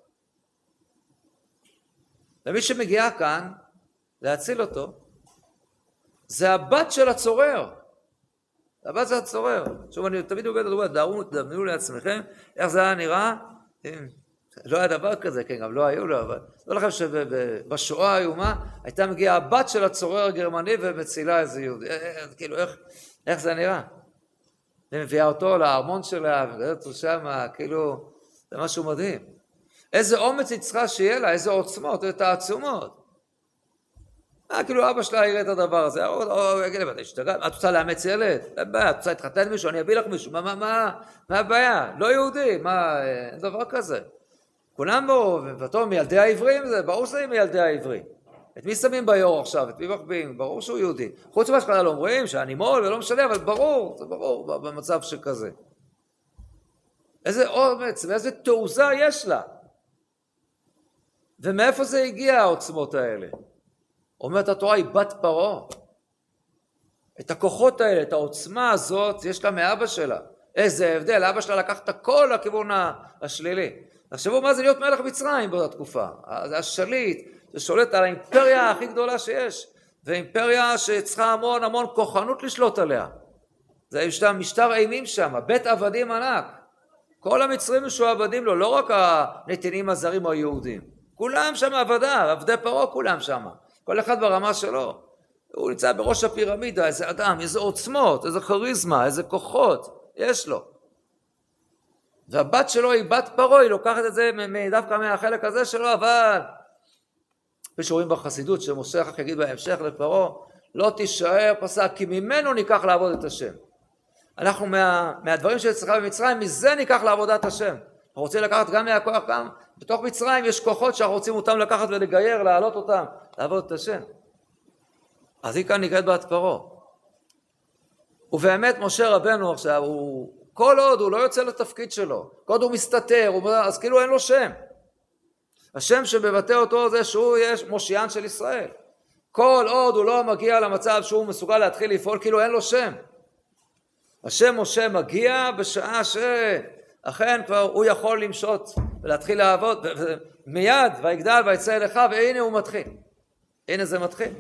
ומי שמגיעה כאן להציל אותו, זה הבת של הצורר. הבת של הצורר. שוב, אני תמיד עובד, עובד, דארו, תדמיינו לעצמכם, איך זה היה נראה, לא היה דבר כזה, כן, גם לא היו לו, אבל לא לכם שבשואה האיומה הייתה מגיעה הבת של הצורר הגרמני ומצילה איזה יהודי, כאילו איך, איך זה נראה? ומביאה אותו לארמון שלה, ומגדלת אותו שם, כאילו, זה משהו מדהים. איזה אומץ היא צריכה שיהיה לה, איזה עוצמות, איזה תעצומות. אה, כאילו אבא שלה יראה את הדבר הזה, או, או, יגיד לי, את רוצה לאמץ ילד? אין בעיה, את רוצה להתחתן מישהו, אני אביא לך מישהו, מה, מה, מה, מה הבעיה? לא יהודי, מה, אין דבר כזה. כולם בו, ואותו מילדי העברים, זה ברור שזה מילדי העברים. את מי שמים ביור עכשיו? את מי מחביאים? ברור שהוא יהודי. חוץ ממה שכלל אומרים, שאני מול ולא משנה, אבל ברור, זה ברור במצב שכזה. איזה אומץ ואיזה תעוזה יש לה. ומאיפה זה הגיע העוצמות האלה? אומרת התורה, היא בת פרעה. את הכוחות האלה, את העוצמה הזאת, יש לה מאבא שלה. איזה הבדל, אבא שלה לקח את הכל לכיוון השלילי. תחשבו מה זה להיות מלך מצרים באותה תקופה. זה השליט, זה שולט על האימפריה הכי גדולה שיש, ואימפריה שצריכה המון המון כוחנות לשלוט עליה. זה יש לה משטר אימים שם, בית עבדים ענק. כל המצרים משועבדים לו, לא רק הנתינים הזרים או היהודים. כולם שם עבדה, עבדי פרעה כולם שם. כל אחד ברמה שלו. הוא נמצא בראש הפירמידה, איזה אדם, איזה עוצמות, איזה כריזמה, איזה כוחות, יש לו. והבת שלו היא בת פרעה, היא לוקחת את זה דווקא מהחלק הזה שלו, אבל כפי שרואים בחסידות שמשה אחר כך יגיד בהמשך לפרעה, לא תישאר פסק, כי ממנו ניקח לעבוד את השם. אנחנו מה, מהדברים שצריכה במצרים, מזה ניקח לעבודת השם. אנחנו רוצים לקחת גם מהכוח, גם בתוך מצרים יש כוחות שאנחנו רוצים אותם לקחת ולגייר, להעלות אותם, לעבוד את השם. אז היא כאן נקראת בת פרעה. ובאמת משה רבנו עכשיו, הוא, כל עוד הוא לא יוצא לתפקיד שלו, כל עוד הוא מסתתר, הוא, אז כאילו אין לו שם. השם שבבטא אותו זה שהוא יש מושיען של ישראל. כל עוד הוא לא מגיע למצב שהוא מסוגל להתחיל לפעול, כאילו אין לו שם. השם משה מגיע בשעה שאכן כבר הוא יכול למשות ולהתחיל לעבוד, ומיד ויגדל ויצא אליך, והנה הוא מתחיל. הנה זה מתחיל.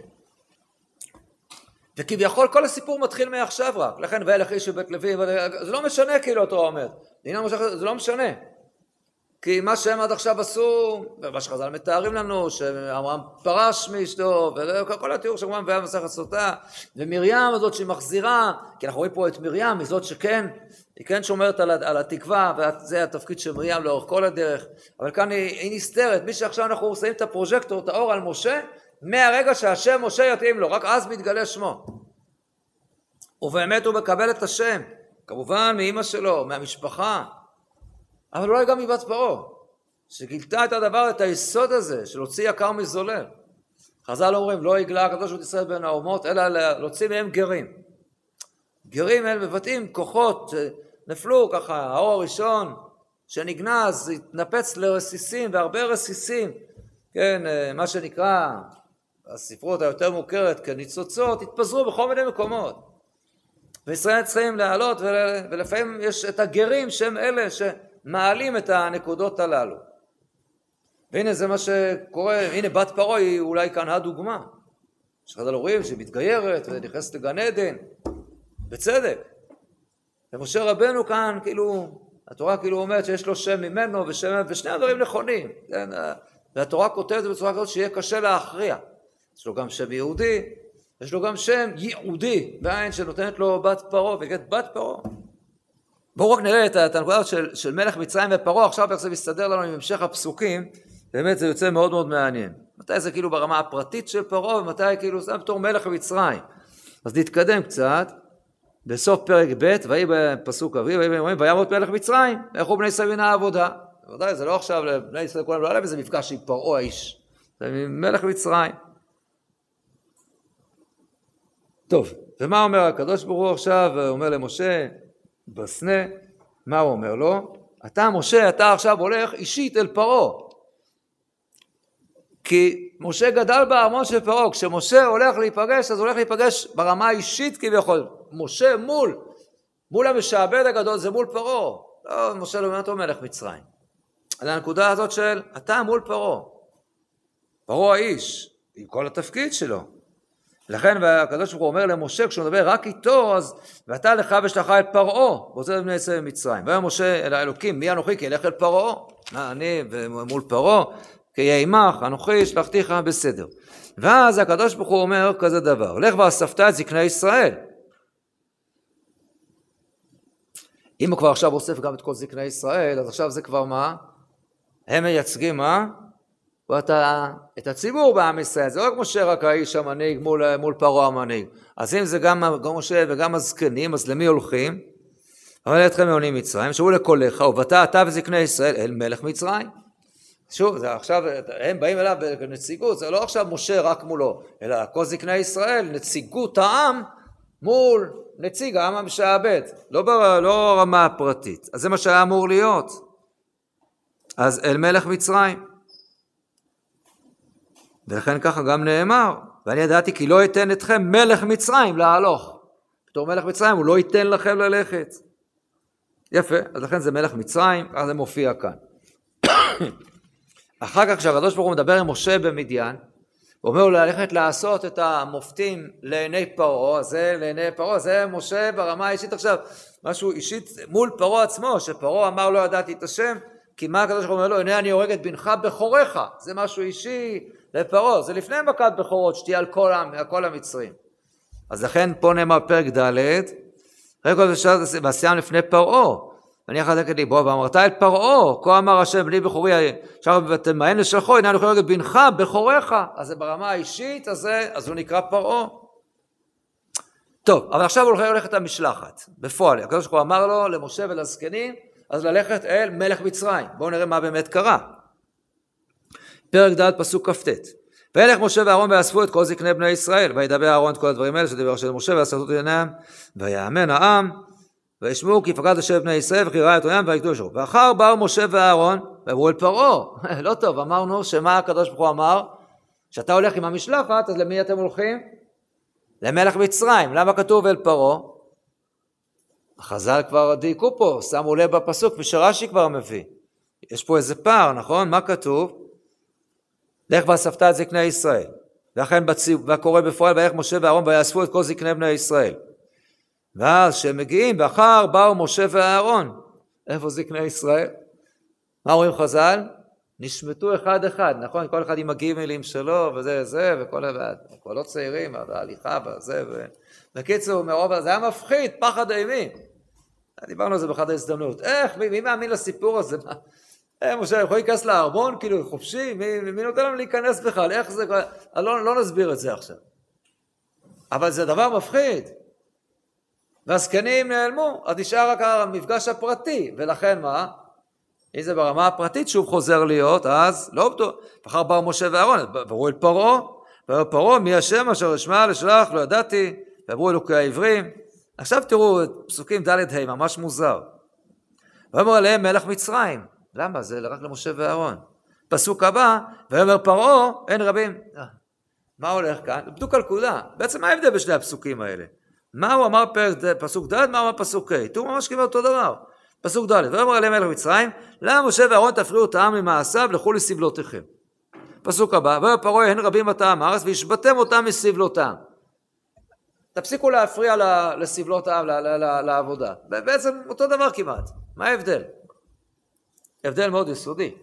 וכביכול כל הסיפור מתחיל מעכשיו רק, לכן וילך איש בבית לוי, זה לא משנה כאילו התורה אומרת, זה לא משנה. כי מה שהם עד עכשיו עשו, ומה שחז"ל מתארים לנו, שאברהם פרש מאשתו, וכל התיאור שכמובן והיה מסכת סוטה, ומרים הזאת שהיא מחזירה, כי אנחנו רואים פה את מרים, היא זאת שכן, היא כן שומרת על, על התקווה, וזה התפקיד של מרים לאורך כל הדרך, אבל כאן היא, היא נסתרת, מי שעכשיו אנחנו שמים את הפרוז'קטור, את האור על משה, מהרגע שהשם משה יתאים לו, רק אז מתגלה שמו. ובאמת הוא מקבל את השם, כמובן מאמא שלו, מהמשפחה, אבל אולי גם מבת פרעה, שגילתה את הדבר, את היסוד הזה, של להוציא יקר מזולל. חז"ל אומרים, לא יגלה הקדוש ברוך הוא ישראל בין האומות, אלא להוציא מהם גרים. גרים הם מבטאים כוחות שנפלו ככה, האור הראשון שנגנז, התנפץ לרסיסים והרבה רסיסים, כן, מה שנקרא, הספרות היותר מוכרת כניצוצות, התפזרו בכל מיני מקומות. וישראל צריכים לעלות ולפעמים יש את הגרים שהם אלה שמעלים את הנקודות הללו. והנה זה מה שקורה, הנה בת פרעה היא אולי כאן הדוגמה. יש חז"ל רואים שהיא מתגיירת ונכנסת לגן עדן, בצדק. ומשה רבנו כאן כאילו, התורה כאילו אומרת שיש לו שם ממנו ושם, ושני הדברים נכונים. והתורה כותבת את זה בצורה כזאת שיהיה קשה להכריע. יש לו גם שם יהודי, יש לו גם שם ייעודי, בעין שנותנת לו בת פרעה, ונקראת בת פרעה. בואו רק נראה את, את הנקודה של, של מלך מצרים ופרעה, עכשיו איך זה מסתדר לנו עם המשך הפסוקים, באמת זה יוצא מאוד מאוד מעניין. מתי זה כאילו ברמה הפרטית של פרעה, ומתי כאילו זה בתור מלך מצרים. אז נתקדם קצת, בסוף פרק ב' ויהי בפסוק אביב, וימות מלך מצרים, הלכו בני ישראל מן העבודה. בוודאי, זה לא עכשיו לבני ישראל כולם לא עלה, וזה מפגש עם פרעה האיש. זה מלך מצרים. טוב, ומה אומר הקדוש ברוך הוא עכשיו? הוא אומר למשה, בסנה, מה הוא אומר לו? אתה משה, אתה עכשיו הולך אישית אל פרעה. כי משה גדל בארמון של פרעה, כשמשה הולך להיפגש, אז הוא הולך להיפגש ברמה האישית כביכול. משה מול, מול המשעבד הגדול, זה מול פרעה. לא, משה לא באמת הוא מלך מצרים. על הנקודה הזאת של, אתה מול פרעה. פרעה האיש, עם כל התפקיד שלו. לכן הקדוש ברוך הוא אומר למשה, כשהוא מדבר רק איתו, אז ואתה לך ושלך אל פרעה, רוצה לבני ישראל במצרים. והיה משה אל האלוקים, מי אנוכי? כי ילך אל פרעה. אני מול פרעה, כי יהיה עמך, אנוכי שלחתיך בסדר. ואז הקדוש ברוך הוא אומר כזה דבר, לך ואספת את זקני ישראל. אם הוא כבר עכשיו אוסף גם את כל זקני ישראל, אז עכשיו זה כבר מה? הם מייצגים מה? ואתה, את הציבור בעם ישראל, זה לא כמו שרק האיש המנהיג מול, מול פרעה המנהיג. אז אם זה גם, גם משה וגם הזקנים, אז למי הולכים? אבל אתכם מעונים מצרים, שאו לקולך, ובאת אתה וזקני ישראל אל מלך מצרים. שוב, זה עכשיו, הם באים אליו בנציגות, זה לא עכשיו משה רק מולו, אלא כל זקני ישראל, נציגות העם מול נציג העם המשעבד, לא, בר, לא רמה הפרטית. אז זה מה שהיה אמור להיות. אז אל מלך מצרים. ולכן ככה גם נאמר, ואני ידעתי כי לא ייתן אתכם מלך מצרים להלוך. בתור מלך מצרים הוא לא ייתן לכם ללכת. יפה, אז לכן זה מלך מצרים, אז זה מופיע כאן. אחר כך כשהקדוש ברוך הוא מדבר עם משה במדיין, הוא אומר לו ללכת לעשות את המופתים לעיני פרעה, זה לעיני פרעה, זה משה ברמה האישית עכשיו, משהו אישית מול פרעה עצמו, שפרעה אמר לא ידעתי את השם, כי מה הקדוש ברוך הוא אומר לו, הנה אני הורג את בנך בכורך, זה משהו אישי לפרעה, זה לפני מכת בכורות, שתהיה על כל, כל המצרים. אז לכן פה נאמר פרק ד', אחרי כל זה ועשיין לפני פרעה, ואני אחר כך לי, בוא, ואמרת אל פרעה, כה אמר השם בני בכורי, עכשיו ותמאן לשלחו, הנה אני הורג את בנך בכורך, אז זה ברמה האישית, אז, זה, אז הוא נקרא פרעה. טוב, אבל עכשיו הוא הולך את המשלחת, בפועל, הקדוש ברוך הוא אמר לו למשה ולזקנים, אז ללכת אל מלך מצרים, בואו נראה מה באמת קרה. פרק ד' פסוק כ"ט. וילך משה ואהרון ויאספו את כל זקני בני ישראל, וידבר אהרון את כל הדברים האלה שדיבר של משה ועשתות עיניהם, ויאמן העם, וישמעו כי פקד השם בני ישראל וכי ראה את עולם ויקדושו. ואחר באו משה ואהרון ואמרו אל פרעה, לא טוב, אמרנו שמה הקדוש ברוך הוא אמר, שאתה הולך עם המשלחת, אז למי אתם הולכים? למלך מצרים. למה כתוב אל פרעה? החז"ל כבר דייקו פה, שמו לב בפסוק, ושרש"י כבר מביא. יש פה איזה פער, נכון? מה כתוב? לך ואספת את זקני ישראל. ואכן והקורא בפועל, וילך משה ואהרון ויאספו את כל זקני בני ישראל. ואז שהם מגיעים, ואחר באו משה ואהרון. איפה זקני ישראל? מה אומרים חז"ל? נשמטו אחד אחד, נכון? כל אחד עם הגימלים שלו, וזה זה, וכל הקולות צעירים, וההליכה, וזה, ו... בקיצור, מרוב, זה היה מפחיד, פחד אימים. דיברנו על זה באחת ההזדמנות. איך, מי, מי מאמין לסיפור הזה? אה, משה, יכול להיכנס לארמון, כאילו, חופשי? מי, מי נותן לנו להיכנס בכלל? איך זה? לא, לא נסביר את זה עכשיו. אבל זה דבר מפחיד. והזקנים נעלמו, אז נשאר רק המפגש הפרטי, ולכן מה? אם זה ברמה הפרטית שוב חוזר להיות, אז לא בטוח. אחר באו משה ואהרון, ואמרו אל פרעה, ואמרו פרעה, מי השם אשר אשמע לשלח, לא ידעתי, ואמרו אלוקי העברים, עכשיו תראו, פסוקים ד' ה' ממש מוזר. ואומר עליהם מלך מצרים. למה? זה רק למשה ואהרון. פסוק הבא, ואומר פרעה, אין רבים. מה הולך כאן? בדיוק על כולה. בעצם מה ההבדל בשני הפסוקים האלה? מה הוא אמר פסוק ד', מה הוא אמר פסוק ה'? תראו ממש כמעט אותו דבר. פסוק ד', ואומר עליהם מלך מצרים, למה משה ואהרון תפריעו את העם ממעשיו, לכו לסבלותיכם. פסוק הבא, ואומר פרעה, אין רבים מטעם הארץ, והשבתם אותם מסבלותם. תפסיקו להפריע לסבלות העם, לעבודה. בעצם אותו דבר כמעט. מה ההבדל? הבדל מאוד יסודי.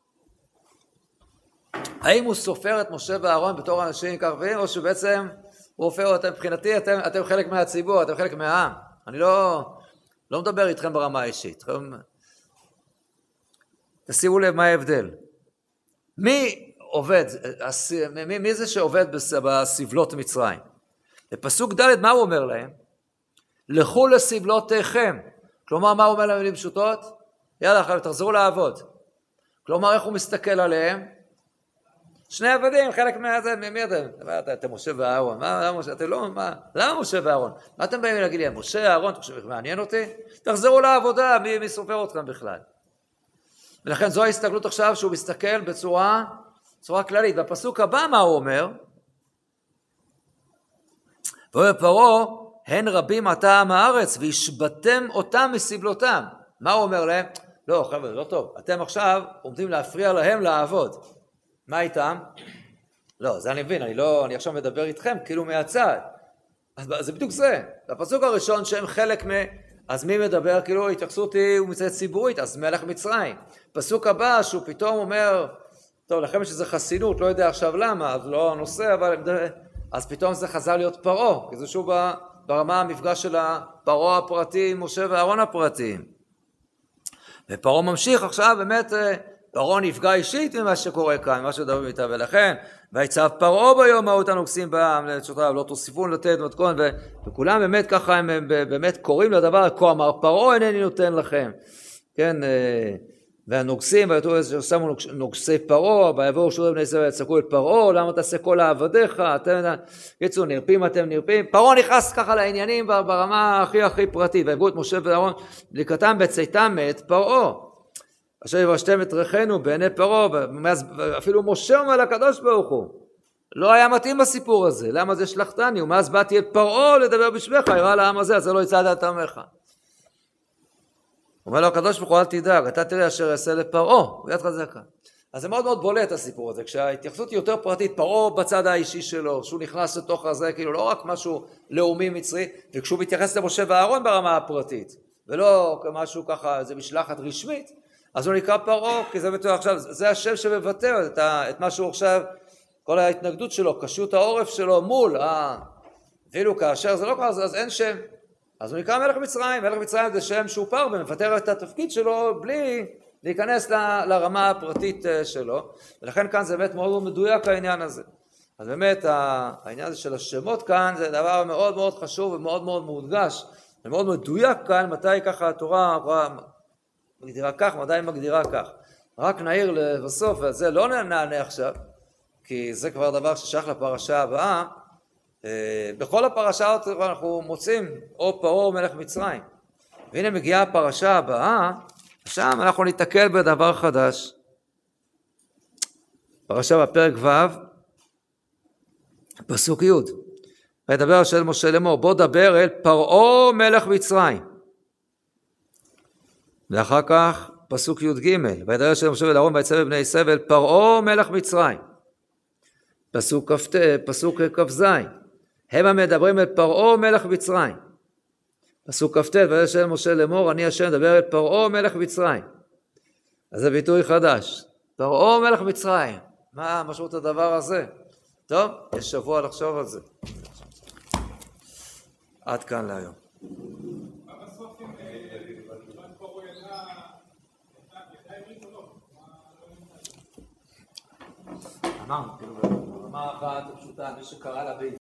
האם הוא סופר את משה ואהרון בתור אנשים קרביים, או שבעצם הוא הופך אותם, מבחינתי אתם, אתם חלק מהציבור, אתם חלק מהעם. אני לא, לא מדבר איתכם ברמה האישית. תשימו לב מה ההבדל. מי עובד, מי, מי זה שעובד בסבלות מצרים? בפסוק ד' מה הוא אומר להם? לכו לסבלותיכם. כלומר, מה הוא אומר להם במילים פשוטות? יאללה, עכשיו תחזרו לעבוד. כלומר, איך הוא מסתכל עליהם? שני עבדים, חלק מהזה, מי אתם? אתם משה ואהרון. מה, למה משה? אתם לא, מה? למה משה ואהרון? מה אתם באים להגיד לי? משה, אהרון, אתה חושב, מעניין אותי? תחזרו לעבודה, מי, מי סופר אתכם בכלל? ולכן זו ההסתכלות עכשיו שהוא מסתכל בצורה, בצורה כללית. בפסוק הבא מה הוא אומר? ואומר פרעה, הן רבים מטעם הארץ, והשבתם אותם מסבלותם. מה הוא אומר להם? לא, חבר'ה, לא טוב. אתם עכשיו עומדים להפריע להם לעבוד. מה איתם? לא, זה אני מבין, אני לא, אני עכשיו מדבר איתכם כאילו מהצד. אז זה בדיוק זה. בפסוק הראשון שהם חלק מ... אז מי מדבר? כאילו התייחסות היא ומצד ציבורית, אז מלך מצרים. פסוק הבא שהוא פתאום אומר, טוב, לכם יש איזו חסינות, לא יודע עכשיו למה, אז לא הנושא, אבל... אז פתאום זה חזר להיות פרעה, כי זה שוב ברמה המפגש של הפרעה הפרטי, משה ואהרון הפרטיים. ופרעה ממשיך עכשיו, באמת, פרעה נפגע אישית ממה שקורה כאן, ממה שדברים איתה, ולכן, ויצב פרעה ביום ההוא את הנוגסים בעם, לשוטריו, לא תוסיפון לתת מתכון, וכולם באמת ככה, הם באמת קוראים לדבר, כה אמר פרעה אינני נותן לכם, כן, והנוגסים, ששמו נוגסי פרעה, ויבואו שוטרי בני ישראל ויצעקו את פרעה, למה תעשה כל העבדיך, אתם יצאו נרפים, אתם נרפים, פרעה נכנס ככה לעניינים ברמה הכי הכי פרטית, ויבואו את משה ואהרון לקראתם בצאתם מאת פרעה, אשר יברשתם את ריחנו בעיני פרעה, אפילו משה אומר לקדוש ברוך הוא, לא היה מתאים בסיפור הזה, למה זה שלחתני, ומאז באתי את פרעה לדבר בשמך, יראה לעם הזה, אז זה לא יצעד את עמך. אומר לו הקדוש ברוך הוא, אל תדאג, אתה תראה אשר יעשה לפרעה, הוא יד חזקה. אז זה מאוד מאוד בולט הסיפור הזה, כשההתייחסות היא יותר פרטית, פרעה בצד האישי שלו, שהוא נכנס לתוך הזה, כאילו לא רק משהו לאומי מצרי, וכשהוא מתייחס למשה ואהרון ברמה הפרטית, ולא כמשהו ככה, זה משלחת רשמית, אז הוא נקרא פרעה, כי זה בטוח עכשיו, זה השם שמבטא את, את מה שהוא עכשיו, כל ההתנגדות שלו, קשות העורף שלו מול, אה, ואילו כאשר זה לא ככה, אז, אז אין שם. אז הוא נקרא מלך מצרים, מלך מצרים זה שם שהוא פר ומפטר את התפקיד שלו בלי להיכנס ל, לרמה הפרטית שלו, ולכן כאן זה באמת מאוד מדויק העניין הזה. אז באמת העניין הזה של השמות כאן זה דבר מאוד מאוד חשוב ומאוד מאוד מודגש, ומאוד מדויק כאן מתי ככה התורה מגדירה כך, מתי היא מגדירה כך. רק נעיר לבסוף, וזה לא נענה עכשיו, כי זה כבר דבר ששייך לפרשה הבאה, בכל הפרשה אנחנו מוצאים או פרעה או מלך מצרים. והנה מגיעה הפרשה הבאה, שם אנחנו ניתקל בדבר חדש. פרשה בפרק ו', פסוק י', וידבר השם משה לאמור, בוא דבר אל פרעה מלך מצרים. ואחר כך פסוק י' ג', וידבר השם משה ואהרון ויצווה בני ישראל אל פרעה מלך מצרים. פסוק כ"ט, פסוק כ"ז, הם המדברים אל פרעה מלך מצרים. פסוק כ"ט, וידבר השם משה לאמור, אני השם מדבר אל פרעה מלך מצרים. אז זה ביטוי חדש, פרעה מלך מצרים. מה משמעות הדבר הזה? טוב, יש שבוע לחשוב על זה. עד כאן להיום. אמרנו, כאילו, ברמה אחת פשוטה, מי שקרא לה בעברית